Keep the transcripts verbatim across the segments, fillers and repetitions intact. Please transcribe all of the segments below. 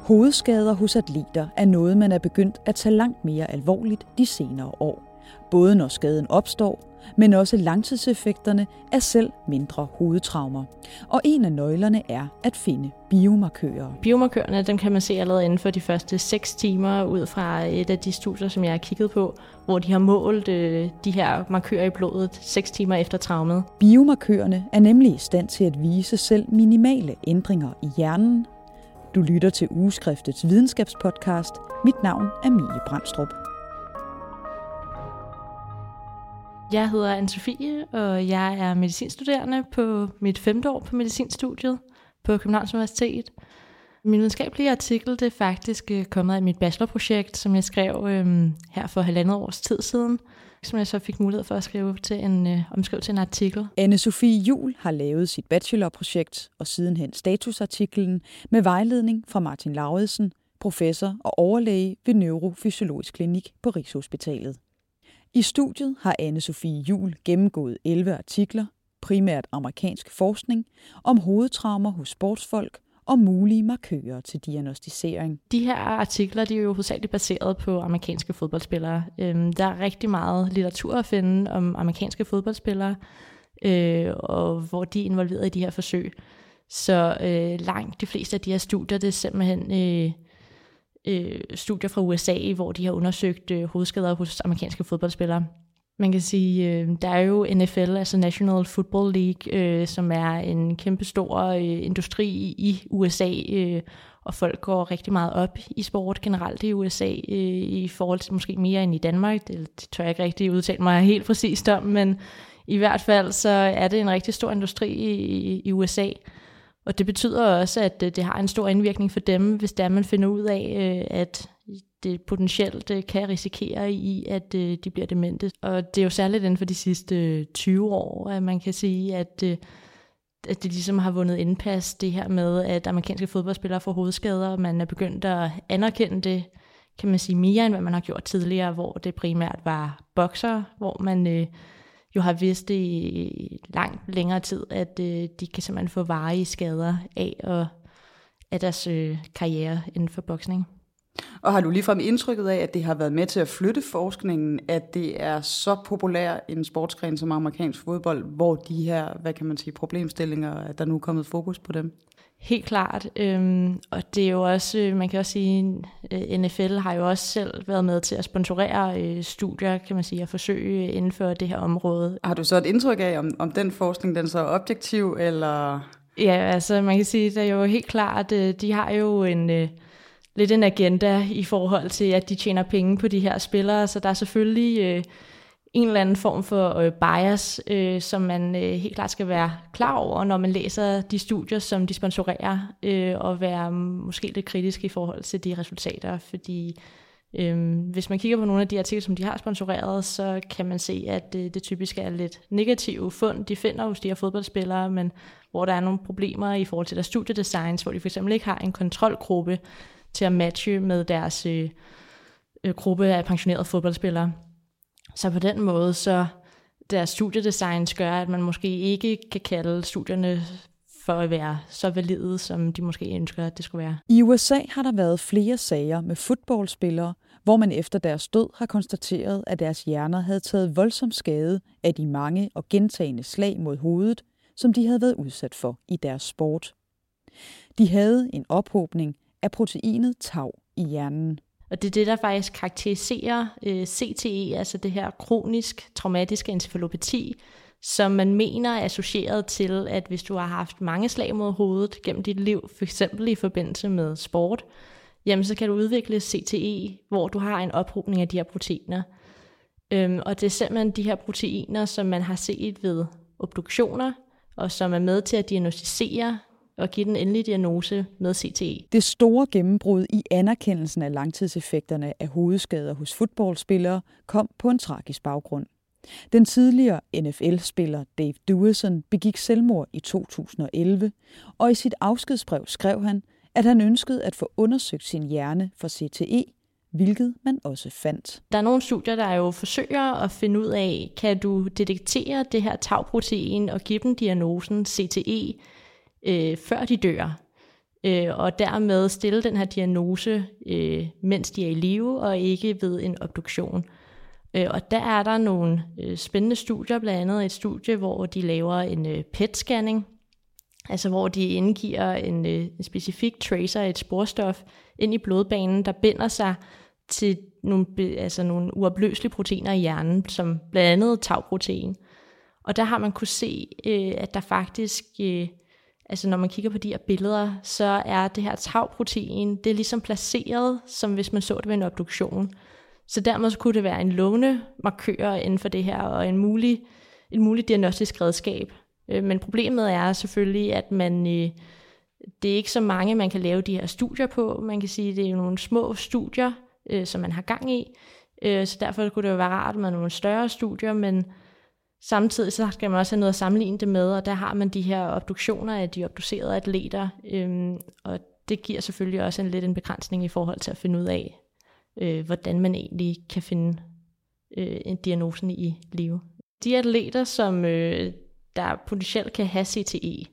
Hovedskader hos atleter er noget, man er begyndt at tage langt mere alvorligt de senere år. Både når skaden opstår, men også langtidseffekterne af selv mindre hovedtraumer. Og en af nøglerne er at finde biomarkører. Biomarkørerne, dem kan man se allerede inden for de første seks timer ud fra et af de studier, som jeg har kigget på, hvor de har målt øh, de her markører i blodet seks timer efter traumet. Biomarkørerne er nemlig i stand til at vise selv minimale ændringer i hjernen. Du lytter til Ugeskriftets videnskabspodcast. Mit navn er Mie Brandstrup. Jeg hedder Anne-Sophie, og jeg er medicinstuderende på mit femte år på medicinstudiet på Københavns Universitet. Min videnskabelige artikel det er faktisk kommet af mit bachelorprojekt, som jeg skrev øhm, her for halvandet års tid siden, som jeg så fik mulighed for at skrive til en, øh, omskrive til en artikel. Anne-Sophie Juhl har lavet sit bachelorprojekt og sidenhen statusartiklen med vejledning fra Martin Lauridsen, professor og overlæge ved Neurofysiologisk Klinik på Rigshospitalet. I studiet har Anne-Sophie Juhl gennemgået elleve artikler, primært amerikansk forskning, om hovedtraumer hos sportsfolk og mulige markører til diagnostisering. De her artikler de er jo hovedsageligt baseret på amerikanske fodboldspillere. Der er rigtig meget litteratur at finde om amerikanske fodboldspillere, og hvor de er involveret i de her forsøg. Så langt de fleste af de her studier, det er simpelthen studier fra U S A, hvor de har undersøgt hovedskader hos amerikanske fodboldspillere. Man kan sige, der er jo N F L, altså National Football League, som er en kæmpe stor industri i U S A, og folk går rigtig meget op i sport generelt i U S A, i forhold til måske mere end i Danmark. Det tør jeg ikke rigtig udtale mig helt præcist om, men i hvert fald så er det en rigtig stor industri i U S A. Og det betyder også, at det har en stor indvirkning for dem, hvis der man finder ud af, at det potentielt kan risikere i, at de bliver demente. Og det er jo særligt inden for de sidste tyve år, at man kan sige, at, at det ligesom har vundet indpas, det her med, at amerikanske fodboldspillere får hovedskader, og man er begyndt at anerkende det, kan man sige, mere end hvad man har gjort tidligere, hvor det primært var bokser, hvor man øh, jo har vidst det i langt længere tid, at øh, de kan simpelthen få varige skader af, og af deres øh, karriere inden for boksning. Og har du ligefrem indtrykket af, at det har været med til at flytte forskningen, at det er så populær en sportsgren som amerikansk fodbold, hvor de her, hvad kan man sige, problemstillinger, at der nu er kommet fokus på dem? Helt klart, øhm, og det er jo også, man kan også sige, N F L har jo også selv været med til at sponsorere øh, studier, kan man sige, og forsøge inden for det her område. Har du så et indtryk af, om, om den forskning, den så er objektiv, eller? Ja, altså man kan sige, det er jo helt klart, at de har jo en øh, lidt en agenda i forhold til, at de tjener penge på de her spillere, så der er selvfølgelig øh, en eller anden form for øh, bias, øh, som man øh, helt klart skal være klar over, når man læser de studier, som de sponsorerer, øh, og være måske lidt kritisk i forhold til de resultater, fordi øh, hvis man kigger på nogle af de artikler, som de har sponsoreret, så kan man se, at øh, det typisk er lidt negative fund, de finder hos de her fodboldspillere, men hvor der er nogle problemer i forhold til deres studiedesigns, hvor de for eksempel ikke har en kontrolgruppe til at matche med deres øh, øh, gruppe af pensionerede fodboldspillere. Så på den måde, så deres studiedesigns gør, at man måske ikke kan kalde studierne for at være så valide, som de måske ønsker, at det skulle være. I U S A har der været flere sager med fodboldspillere, hvor man efter deres død har konstateret, at deres hjerner havde taget voldsom skade af de mange og gentagne slag mod hovedet, som de havde været udsat for i deres sport. De havde en ophobning af proteinet tau i hjernen. Og det er det, der faktisk karakteriserer øh, C T E, altså det her kronisk traumatiske encefalopati, som man mener er associeret til, at hvis du har haft mange slag mod hovedet gennem dit liv, for eksempel i forbindelse med sport, jamen så kan du udvikle C T E, hvor du har en ophobning af de her proteiner. Øhm, og det er simpelthen de her proteiner, som man har set ved obduktioner, og som er med til at diagnostisere og give den endelige diagnose med C T E. Det store gennembrud i anerkendelsen af langtidseffekterne af hovedskader hos fodboldspillere kom på en tragisk baggrund. Den tidligere N F L-spiller Dave Duerson begik selvmord i to tusind og elleve, og i sit afskedsbrev skrev han, at han ønskede at få undersøgt sin hjerne for C T E, hvilket man også fandt. Der er nogle studier, der jo forsøger at finde ud af, kan du detektere det her tau-protein og give dem diagnosen C T E, øh, før de dør. øh, og dermed stille den her diagnose, øh, mens de er i live, og ikke ved en obduktion. Øh, og der er der nogle øh, spændende studier, blandt andet et studie, hvor de laver en øh, P E T-scanning, altså hvor de indgiver en, øh, en specifik tracer, et sporstof, ind i blodbanen, der binder sig til nogle, altså nogle uopløselige proteiner i hjernen, som blandt andet tauprotein. Og der har man kunne se, øh, at der faktisk, øh, altså når man kigger på de her billeder, så er det her tauprotein, det er ligesom placeret, som hvis man så det ved en obduktion. Så dermed så kunne det være en lovende markør inden for det her, og en mulig, en mulig diagnostisk redskab. Øh, men problemet er selvfølgelig, at man, øh, det er ikke så mange, man kan lave de her studier på. Man kan sige, at det er nogle små studier, øh, som man har gang i. Øh, så derfor kunne det jo være rart med nogle større studier, men samtidig så skal man også have noget at sammenligne det med, og der har man de her obduktioner af de obducerede atleter, øhm, og det giver selvfølgelig også en lidt en begrænsning i forhold til at finde ud af, øh, hvordan man egentlig kan finde øh, en diagnosen i live. De atleter, som øh, der potentielt kan have C T E,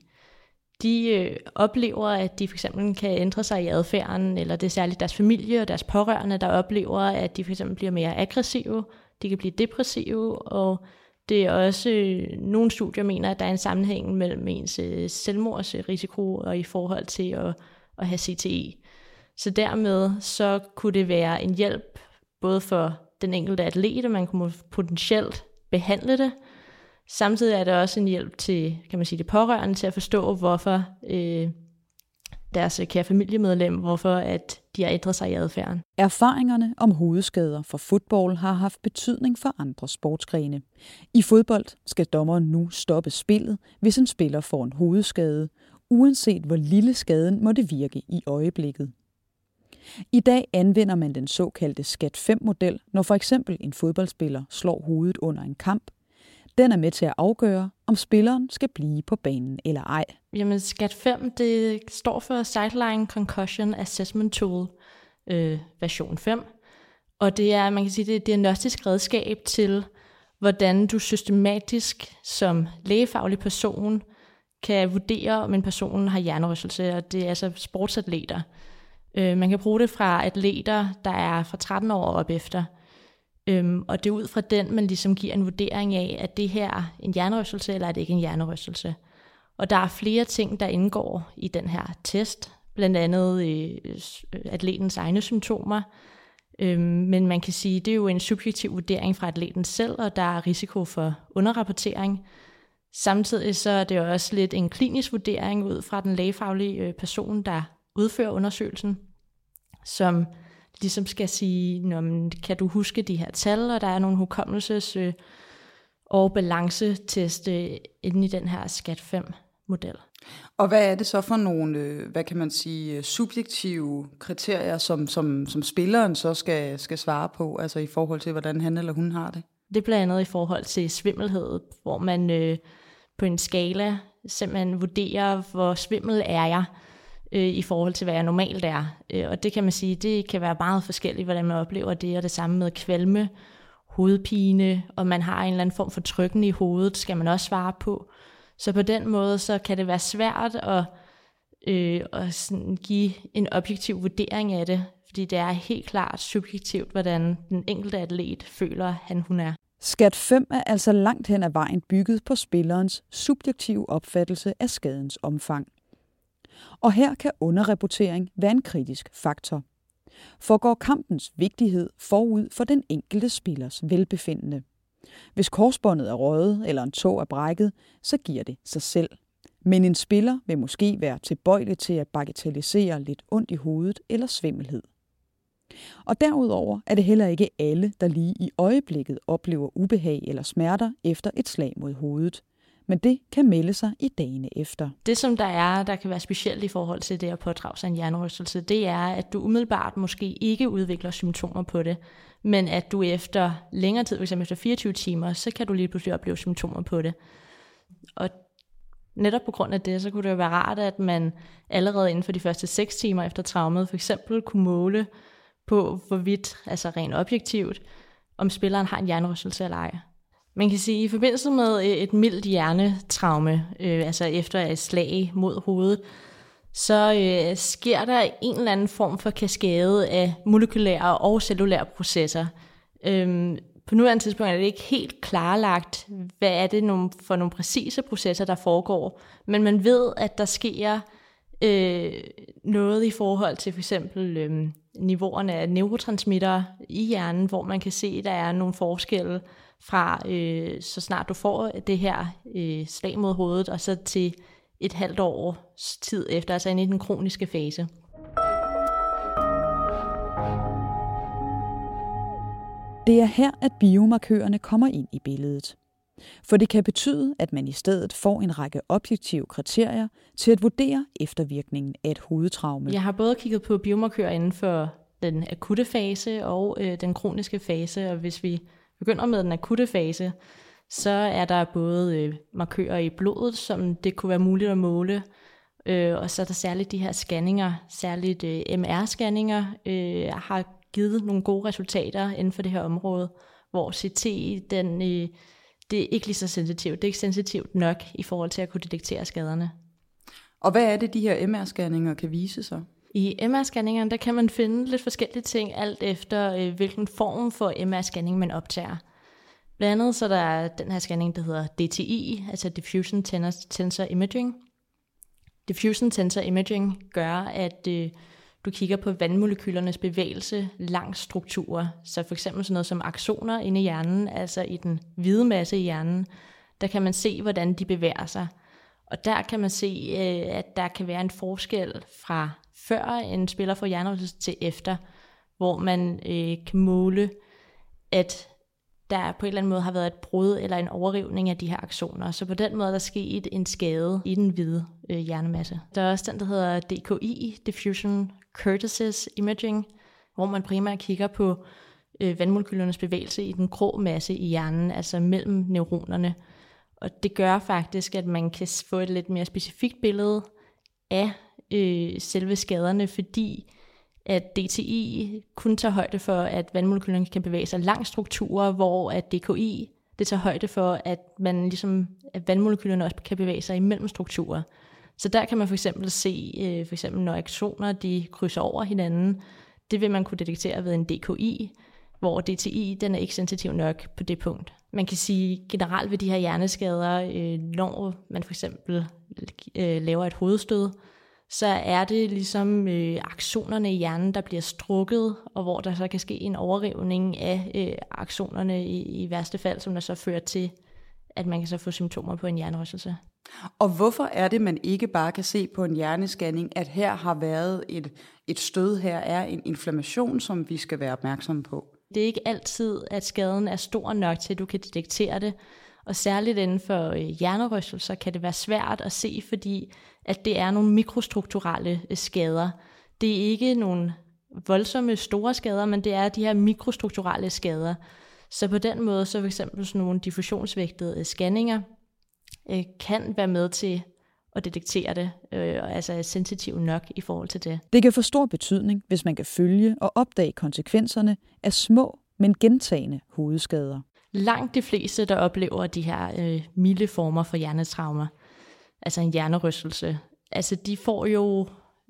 de øh, oplever, at de for eksempel kan ændre sig i adfærden, eller det er særligt deres familie og deres pårørende, der oplever, at de for eksempel bliver mere aggressive, de kan blive depressive, og det er også, øh, nogle studier mener, at der er en sammenhæng mellem ens øh, selvmordsrisiko og i forhold til at, at have C T E. Så dermed så kunne det være en hjælp både for den enkelte atlet, og man kunne potentielt behandle det. Samtidig er det også en hjælp til, kan man sige, det pårørende til at forstå, hvorfor øh, deres kære familiemedlem, hvorfor at de har ændret sig i adfærden. Erfaringerne om hovedskader for fodbold har haft betydning for andre sportsgrene. I fodbold skal dommeren nu stoppe spillet, hvis en spiller får en hovedskade, uanset hvor lille skaden måtte virke i øjeblikket. I dag anvender man den såkaldte SCAT fem model, når for eksempel en fodboldspiller slår hovedet under en kamp. Den er med til at afgøre, om spilleren skal blive på banen eller ej. Jamen, SCAT fem, det står for Sideline Concussion Assessment Tool, øh, version fem. Og det er, man kan sige, det er et diagnostisk redskab til, hvordan du systematisk som lægefaglig person kan vurdere, om en person har hjernerystelse, og det er altså sportsatleter. Øh, man kan bruge det fra atleter, der er fra tretten år og op efter. Øhm, og det er ud fra den, man ligesom giver en vurdering af, at det her er en hjernerystelse, eller er det ikke en hjernerystelse. Og der er flere ting, der indgår i den her test, blandt andet øh, atletens egne symptomer. Øhm, men man kan sige, det er jo en subjektiv vurdering fra atleten selv, og der er risiko for underrapportering. Samtidig så er det også lidt en klinisk vurdering ud fra den lægefaglige person, der udfører undersøgelsen, som ligesom skal sige, kan du huske de her tal, og der er nogle hukommelses- øh, og balancetest øh, inde i den her SCAT fem model. Og hvad er det så for nogle, øh, hvad kan man sige, subjektive kriterier, som, som, som spilleren så skal, skal svare på, altså i forhold til, hvordan han eller hun har det? Det er blandt andet i forhold til svimmelhed, hvor man øh, på en skala simpelthen vurderer, hvor svimmel er jeg, i forhold til, hvad jeg normalt er. Og det kan man sige, det kan være meget forskelligt, hvordan man oplever det, og det samme med kvalme, hovedpine, og man har en eller anden form for trykken i hovedet, skal man også svare på. Så på den måde, så kan det være svært at, øh, at sådan give en objektiv vurdering af det, fordi det er helt klart subjektivt, hvordan den enkelte atlet føler, han hun er. SCAT fem er altså langt hen ad vejen bygget på spillerens subjektive opfattelse af skadens omfang. Og her kan underrapportering være en kritisk faktor. For går kampens vigtighed forud for den enkelte spillers velbefindende. Hvis korsbåndet er røget eller en tå er brækket, så giver det sig selv. Men en spiller vil måske være tilbøjelig til at bagatellisere lidt ondt i hovedet eller svimmelhed. Og derudover er det heller ikke alle, der lige i øjeblikket oplever ubehag eller smerter efter et slag mod hovedet. Men det kan melde sig i dagene efter. Det, som der er, der kan være specielt i forhold til det at pådrage sig en hjernerystelse, det er, at du umiddelbart måske ikke udvikler symptomer på det, men at du efter længere tid, f.eks. efter fireogtyve timer, så kan du lige pludselig opleve symptomer på det. Og netop på grund af det, så kunne det jo være rart, at man allerede inden for de første seks timer efter traumet, for eksempel kunne måle på, hvorvidt, altså rent objektivt, om spilleren har en hjernerystelse eller ej. Man kan sige, at i forbindelse med et mildt hjernetraume, øh, altså efter et slag mod hovedet, så øh, sker der en eller anden form for kaskade af molekylære og cellulære processer. Øhm, på nuværende tidspunkt er det ikke helt klarlagt, hvad er det nogle, for nogle præcise processer, der foregår, men man ved, at der sker øh, noget i forhold til for eksempel øh, niveauerne af neurotransmittere i hjernen, hvor man kan se, at der er nogle forskelle fra øh, så snart du får det her øh, slag mod hovedet, og så til et halvt års tid efter, altså inde i den kroniske fase. Det er her, at biomarkørerne kommer ind i billedet. For det kan betyde, at man i stedet får en række objektive kriterier til at vurdere eftervirkningen af et hovedtraume. Jeg har både kigget på biomarkører inden for den akutte fase og øh, den kroniske fase, og hvis vi begynder med den akutte fase, så er der både øh, markører i blodet, som det kunne være muligt at måle, øh, og så er der særligt de her scanninger, særligt øh, M R-scanninger, øh, har givet nogle gode resultater inden for det her område, hvor C T, den, øh, det er ikke lige så sensitivt, det er ikke sensitivt nok i forhold til at kunne detektere skaderne. Og hvad er det, de her M R-scanninger kan vise sig? I M R-scanningerne, der kan man finde lidt forskellige ting, alt efter øh, hvilken form for M R-scanning man optager. Blandt andet så der er den her scanning, der hedder D T I, altså Diffusion Tensor Imaging. Diffusion Tensor Imaging gør, at øh, du kigger på vandmolekylernes bevægelse langs strukturer. Så for eksempel sådan noget som aksoner inde i hjernen, altså i den hvide masse i hjernen, der kan man se, hvordan de bevæger sig. Og der kan man se, øh, at der kan være en forskel fra før en spiller får hjernerystelse til efter, hvor man øh, kan måle, at der på en eller anden måde har været et brud eller en overrivning af de her aksoner. Så på den måde er der sket en skade i den hvide øh, hjernemasse. Der er også den, der hedder D K I, Diffusion Kurtosis Imaging, hvor man primært kigger på øh, vandmolekylernes bevægelse i den grå masse i hjernen, altså mellem neuronerne. Og det gør faktisk, at man kan få et lidt mere specifikt billede af øh, selve skaderne, fordi at D T I kun tager højde for, at vandmolekylerne kan bevæge sig langs strukturer, hvor at D K I det tager højde for, at man ligesom at vandmolekylerne også kan bevæge sig imellem strukturer. Så der kan man for eksempel se, øh, for eksempel når aksoner de krydser over hinanden, det vil man kunne detektere ved en D K I, hvor D T I den er ikke sensitiv nok på det punkt. Man kan sige generelt ved de her hjerneskader, øh, når man for eksempel øh, laver et hovedstød, så er det ligesom øh, aksonerne i hjernen, der bliver strukket, og hvor der så kan ske en overrivning af øh, aksonerne i, i værste fald, som der så fører til, at man kan så få symptomer på en hjernerystelse. Og hvorfor er det, man ikke bare kan se på en hjernescanning, at her har været et, et stød, her er en inflammation, som vi skal være opmærksomme på? Det er ikke altid, at skaden er stor nok til, at du kan detektere det. Og særligt inden for hjernerystelser kan det være svært at se, fordi at det er nogle mikrostrukturelle skader. Det er ikke nogle voldsomme store skader, men det er de her mikrostrukturelle skader. Så på den måde, så for eksempel sådan nogle diffusionsvægtede scanninger øh, kan være med til at detektere det, øh, altså er sensitiv nok i forhold til det. Det kan få stor betydning, hvis man kan følge og opdage konsekvenserne af små, men gentagne hovedskader. Langt de fleste, der oplever de her øh, milde former for hjernetraumer, altså en hjernerystelse, altså de får jo,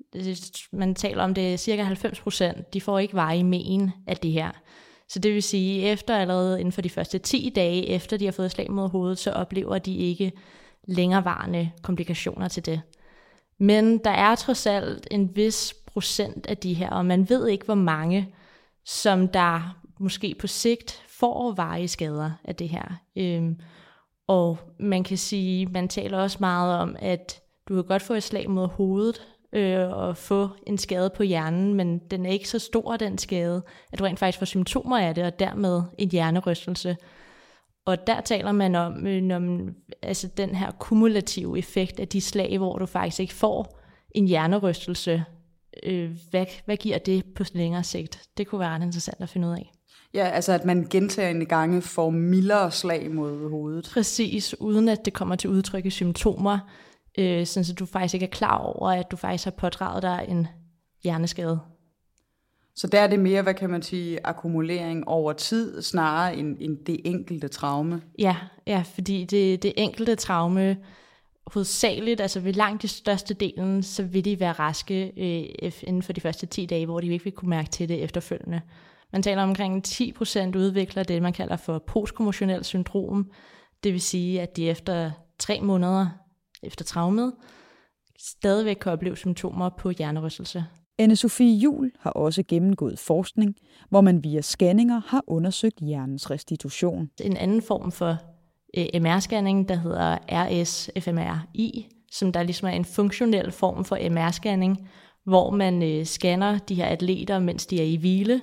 man taler om det, cirka halvfems procent, de får ikke varige men af det her. Så det vil sige, efter allerede inden for de første ti dage, efter de har fået slag mod hovedet, så oplever de ikke længerevarende komplikationer til det. Men der er trods alt en vis procent af de her, og man ved ikke, hvor mange, som der måske på sigt får varige skader af det her. Øhm, og man kan sige, man taler også meget om, at du kan godt få et slag mod hovedet øh, og få en skade på hjernen, men den er ikke så stor, den skade, at du rent faktisk får symptomer af det, og dermed en hjernerystelse. Og der taler man om, øh, om altså den her kumulative effekt af de slag, hvor du faktisk ikke får en hjernerystelse. Øh, hvad, hvad giver det på længere sigt? Det kunne være ret interessant at finde ud af. Ja, altså at man gentagende gange får mildere slag mod hovedet. Præcis, uden at det kommer til udtryk i symptomer, øh, sådan så du faktisk ikke er klar over, at du faktisk har pådraget dig en hjerneskade. Så der er det mere, hvad kan man sige, akkumulering over tid, snarere end, end det enkelte traume? Ja, ja, fordi det, det enkelte traume hovedsageligt, altså ved langt de største delen, så vil de være raske øh, inden for de første ti dage, hvor de ikke vil kunne mærke til det efterfølgende. Man taler omkring ti procent udvikler det, man kalder for postkommotionelt syndrom. Det vil sige, at de efter tre måneder efter traumet stadigvæk kan opleve symptomer på hjernerystelse. Anne-Sophie Juhl har også gennemgået forskning, hvor man via scanninger har undersøgt hjernens restitution. En anden form for M R-scanning, der hedder R S F M R I, som der ligesom er en funktionel form for M R-scanning, hvor man øh, scanner de her atleter, mens de er i hvile,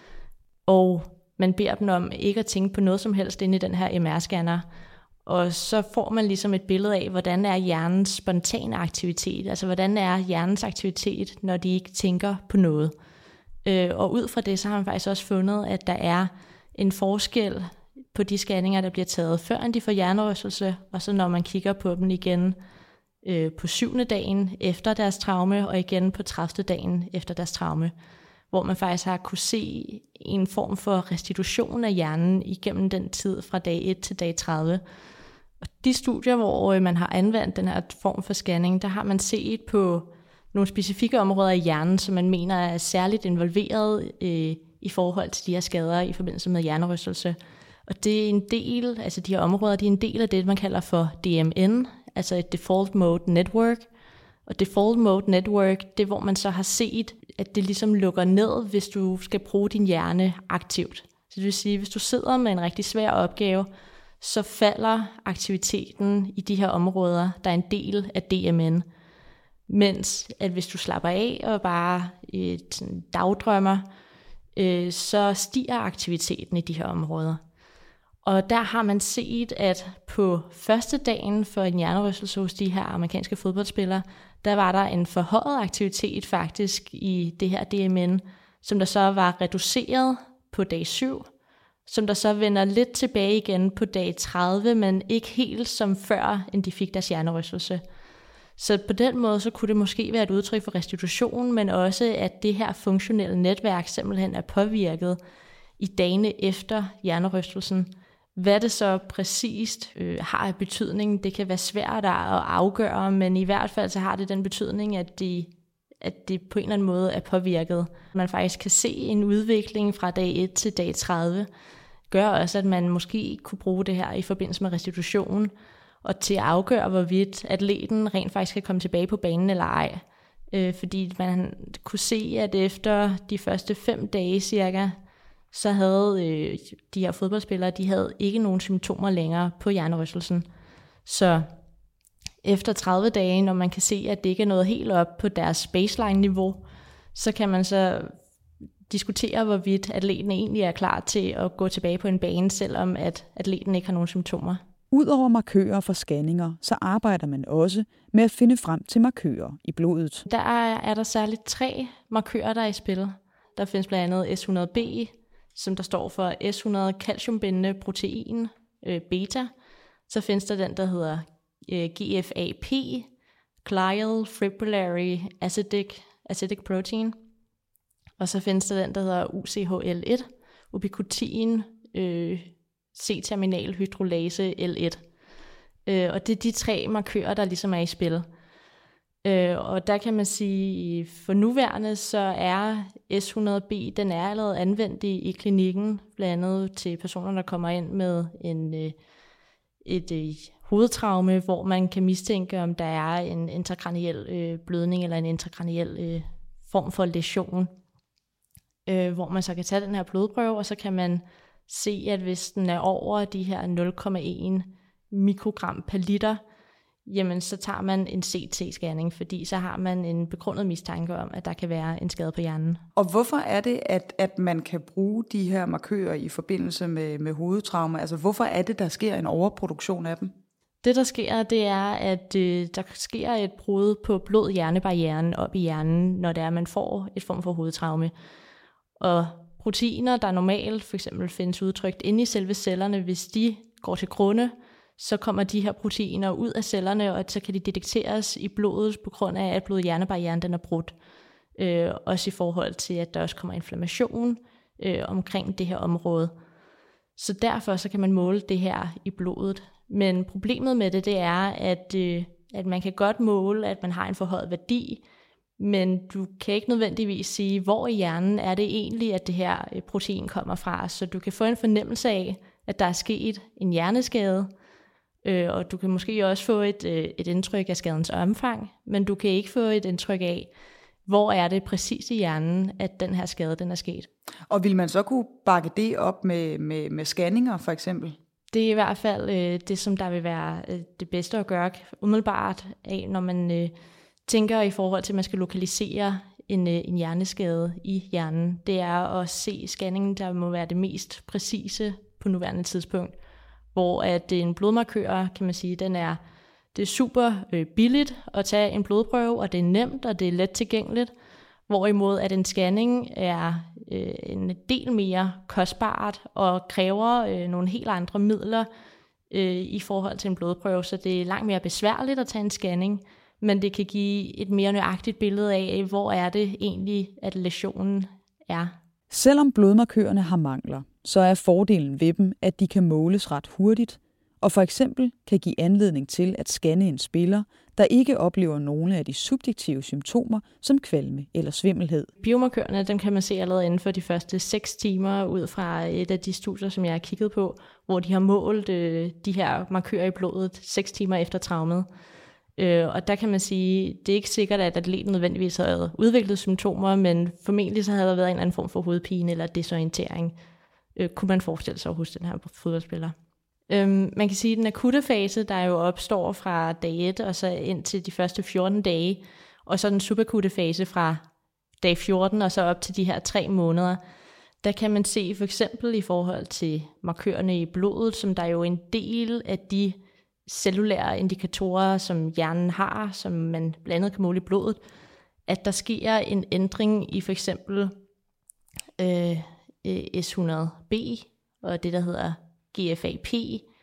og man beder dem om ikke at tænke på noget som helst inde i den her M R-scanner, og så får man ligesom et billede af, hvordan er hjernens spontane aktivitet, altså hvordan er hjernens aktivitet, når de ikke tænker på noget. Øh, og ud fra det, så har man faktisk også fundet, at der er en forskel på de scanninger, der bliver taget før de får hjernerystelse, og så når man kigger på dem igen øh, på syvende dagen efter deres traume, og igen på tredivte dagen efter deres traume, hvor man faktisk har kunne se en form for restitution af hjernen igennem den tid fra dag et til dag tredive. Og de studier, hvor man har anvendt den her form for scanning, der har man set på nogle specifikke områder i hjernen, som man mener er særligt involveret øh, i forhold til de her skader i forbindelse med hjernerystelse. Og det er en del, altså de her områder, de er en del af det, man kalder for D M N, altså et Default Mode Network. Og Default Mode Network, det er, hvor man så har set, at det ligesom lukker ned, hvis du skal bruge din hjerne aktivt. Så det vil sige, hvis du sidder med en rigtig svær opgave, så falder aktiviteten i de her områder, der er en del af D M N. Mens at hvis du slapper af og bare øh, dagdrømmer, øh, så stiger aktiviteten i de her områder. Og der har man set, at på første dagen for en hjernerystelse hos de her amerikanske fodboldspillere, der var der en forhøjet aktivitet faktisk i det her D M N, som der så var reduceret på dag syv, som der så vender lidt tilbage igen på dag tredive, men ikke helt som før, end de fik deres hjernerystelse. Så på den måde, så kunne det måske være et udtryk for restitution, men også, at det her funktionelle netværk simpelthen er påvirket i dagene efter hjernerystelsen. Hvad det så præcist øh, har af betydning, det kan være svært at afgøre, men i hvert fald så har det den betydning, at de, at det på en eller anden måde er påvirket. Man faktisk kan se en udvikling fra dag et til dag tredive, gør også, at man måske kunne bruge det her i forbindelse med restitution, og til at afgøre, hvorvidt atleten rent faktisk kan komme tilbage på banen eller ej. Øh, fordi man kunne se, at efter de første fem dage cirka, så havde øh, de her fodboldspillere, de havde ikke nogen symptomer længere på hjernerystelsen. Så efter tredive dage, når man kan se, at det ikke er nået helt op på deres baseline-niveau, så kan man så diskutere, hvorvidt atleten egentlig er klar til at gå tilbage på en bane, selvom at atleten ikke har nogen symptomer. Udover markører for scanninger, så arbejder man også med at finde frem til markører i blodet. Der er, er der særligt tre markører, der er i spil. Der findes blandt andet S hundrede B, som der står for S hundrede calciumbindende protein, øh, beta. Så findes der den, der hedder øh, G F A P, Glial Fibrillary Acidic, Acidic Protein. Og så findes der den, der hedder U C H L et, ubiquitin øh, C-terminal hydrolase L et. Øh, og det er de tre markører, der ligesom er i spil. Øh, og der kan man sige, for nuværende så er S hundrede B, den er allerede anvendt i, i klinikken, blandt andet til personer, der kommer ind med en, øh, et øh, hovedtraume, hvor man kan mistænke, om der er en intrakraniel øh, blødning eller en intrakraniel øh, form for læsion, øh, hvor man så kan tage den her blodprøve, og så kan man se, at hvis den er over de her nul komma en mikrogram per liter, jamen så tager man en C T-scanning, fordi så har man en begrundet mistanke om, at der kan være en skade på hjernen. Og hvorfor er det, at, at man kan bruge de her markører i forbindelse med, med hovedtraumer? Altså hvorfor er det, der sker en overproduktion af dem? Det, der sker, det er, at øh, der sker et brud på blod-hjernebarrieren op i hjernen, når det er, at man får et form for hovedtraume. Og proteiner, der normalt for eksempel findes udtrykt inde i selve cellerne, hvis de går til grunde, så kommer de her proteiner ud af cellerne, og så kan de detekteres i blodet på grund af, at blod-hjernebarrieren den er brudt. Øh, også i forhold til, at der også kommer inflammation øh, omkring det her område. Så derfor så kan man måle det her i blodet. Men problemet med det, det er, at, øh, at man kan godt måle, at man har en forhøjet værdi, men du kan ikke nødvendigvis sige, hvor i hjernen er det egentlig, at det her protein kommer fra. Så du kan få en fornemmelse af, at der er sket en hjerneskade, øh, og du kan måske også få et, øh, et indtryk af skadens omfang, men du kan ikke få et indtryk af, hvor er det præcis i hjernen, at den her skade den er sket. Og vil man så kunne bakke det op med, med, med scanninger for eksempel? Det er i hvert fald øh, det, som der vil være øh, det bedste at gøre umiddelbart af, når man øh, tænker i forhold til, at man skal lokalisere en, øh, en hjerneskade i hjernen. Det er at se scanningen, der må være det mest præcise på nuværende tidspunkt. Hvor at en blodmarkør, kan man sige, den er, det er super øh, billigt at tage en blodprøve, og det er nemt, og det er let tilgængeligt. Hvorimod at en scanning er øh, en del mere kostbart og kræver øh, nogle helt andre midler øh, i forhold til en blodprøve, så det er langt mere besværligt at tage en scanning, men det kan give et mere nøjagtigt billede af, hvor er det egentlig, at læsionen er. Selvom blodmarkørerne har mangler, så er fordelen ved dem, at de kan måles ret hurtigt, og for eksempel kan give anledning til at scanne en spiller, der ikke oplever nogle af de subjektive symptomer som kvalme eller svimmelhed. Biomarkørerne, dem kan man se allerede inden for de første seks timer ud fra et af de studier, som jeg har kigget på, hvor de har målt øh, de her markører i blodet seks timer efter traumet. Øh, og der kan man sige, det er ikke sikkert, at atleten nødvendigvis havde udviklet symptomer, men formentlig så havde der været en eller anden form for hovedpine eller desorientering, øh, kunne man forestille sig hos den her fodboldspiller. Øhm, man kan sige, at den akutte fase, der jo opstår fra dag et og så ind til de første fjorten dage, og så den subakutte fase fra dag fjorten og så op til de her tre måneder, der kan man se for eksempel i forhold til markørerne i blodet, som der er jo en del af de cellulære indikatorer, som hjernen har, som man blandt andet kan måle i blodet, at der sker en ændring i for eksempel øh, S hundrede B og det, der hedder G F A P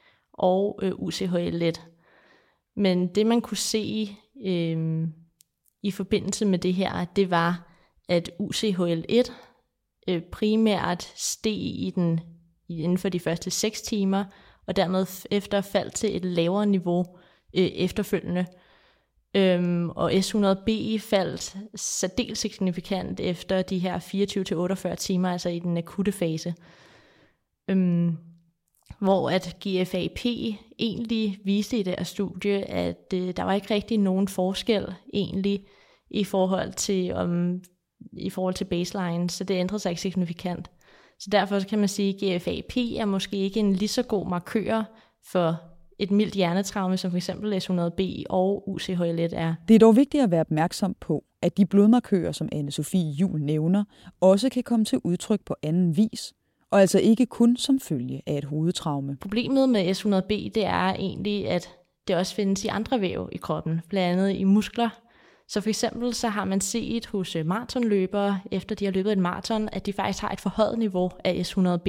og øh, U C H L et. Men det, man kunne se øh, i forbindelse med det her, det var, at U C H L et øh, primært steg i den, inden for de første seks timer, og dermed efter faldt til et lavere niveau øh, efterfølgende. Øhm, og S hundrede B faldt særdeles signifikant efter de her fireogtyve til otteogfyrre timer, altså i den akutte fase. Øhm, hvor at G F A P egentlig viste i det her studie, at øh, der var ikke rigtig nogen forskel egentlig i forhold til, om, i forhold til baseline, så det ændrede sig ikke signifikant. Så derfor kan man sige, at G F A P er måske ikke en lige så god markør for et mildt hjernetraume, som f.eks. S hundrede B og U C H L et er. Det er dog vigtigt at være opmærksom på, at de blodmarkører, som Anne-Sophie Juhl nævner, også kan komme til udtryk på anden vis, og altså ikke kun som følge af et hovedtraume. Problemet med S hundrede B, det er egentlig, at det også findes i andre væv i kroppen, blandt andet i muskler. Så for eksempel så har man set hos maratonløbere, efter de har løbet et maraton, at de faktisk har et forhøjet niveau af S hundrede B.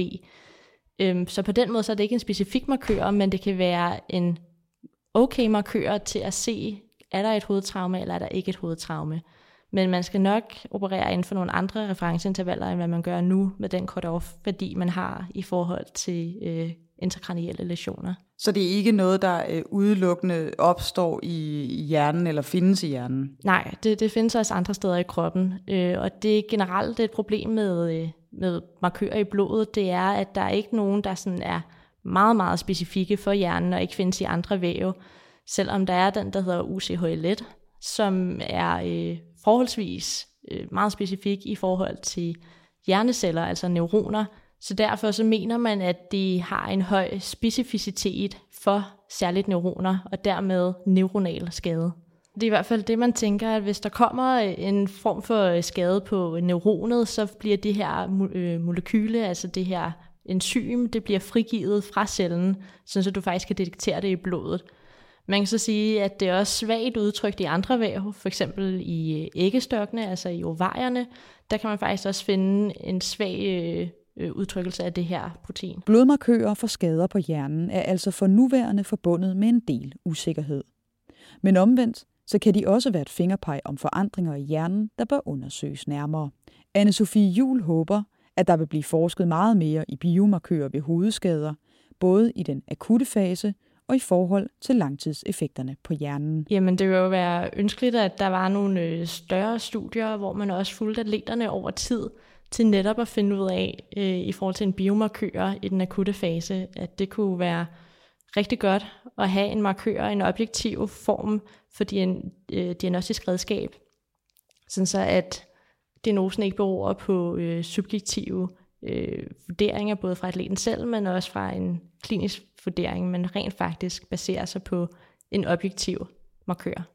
Så på den måde så er det ikke en specifik markør, men det kan være en okay markør til at se, er der et hovedtraume, eller er der ikke et hovedtraume. Men man skal nok operere inden for nogle andre referenceintervaller, end hvad man gør nu med den cut-off-værdi, man har i forhold til øh, intrakranielle læsioner. Så det er ikke noget, der øh, udelukkende opstår i hjernen eller findes i hjernen? Nej, det, det findes også andre steder i kroppen. Øh, og det er generelt et problem med, øh, med markører i blodet, det er, at der er ikke nogen, der sådan er meget, meget specifikke for hjernen og ikke findes i andre væv. Selvom der er den, der hedder U C H L et, som er øh, forholdsvis øh, meget specifik i forhold til hjerneceller, altså neuroner. Så derfor så mener man, at de har en høj specificitet for særligt neuroner, og dermed neuronal skade. Det er i hvert fald det, man tænker, at hvis der kommer en form for skade på neuronet, så bliver det her molekyle, altså det her enzym, det bliver frigivet fra cellen, så du faktisk kan detektere det i blodet. Man kan så sige, at det er også svagt udtrykt i andre væv, for eksempel i æggestokkene, altså i ovarierne. Der kan man faktisk også finde en svag udtrykkelse af det her protein. Blodmarkører for skader på hjernen er altså for nuværende forbundet med en del usikkerhed. Men omvendt, så kan de også være et fingerpeg om forandringer i hjernen, der bør undersøges nærmere. Anne-Sophie Juhl håber, at der vil blive forsket meget mere i biomarkører ved hovedskader, både i den akutte fase og i forhold til langtidseffekterne på hjernen. Jamen det vil jo være ønskeligt, at der var nogle større studier, hvor man også fulgte atleterne over tid, til netop at finde ud af, øh, i forhold til en biomarkør i den akutte fase, at det kunne være rigtig godt at have en markør, en objektiv form for din, øh, diagnostisk redskab, sådan så at diagnosen ikke beror på øh, subjektive øh, vurderinger, både fra atleten selv, men også fra en klinisk vurdering, men rent faktisk baserer sig på en objektiv markør.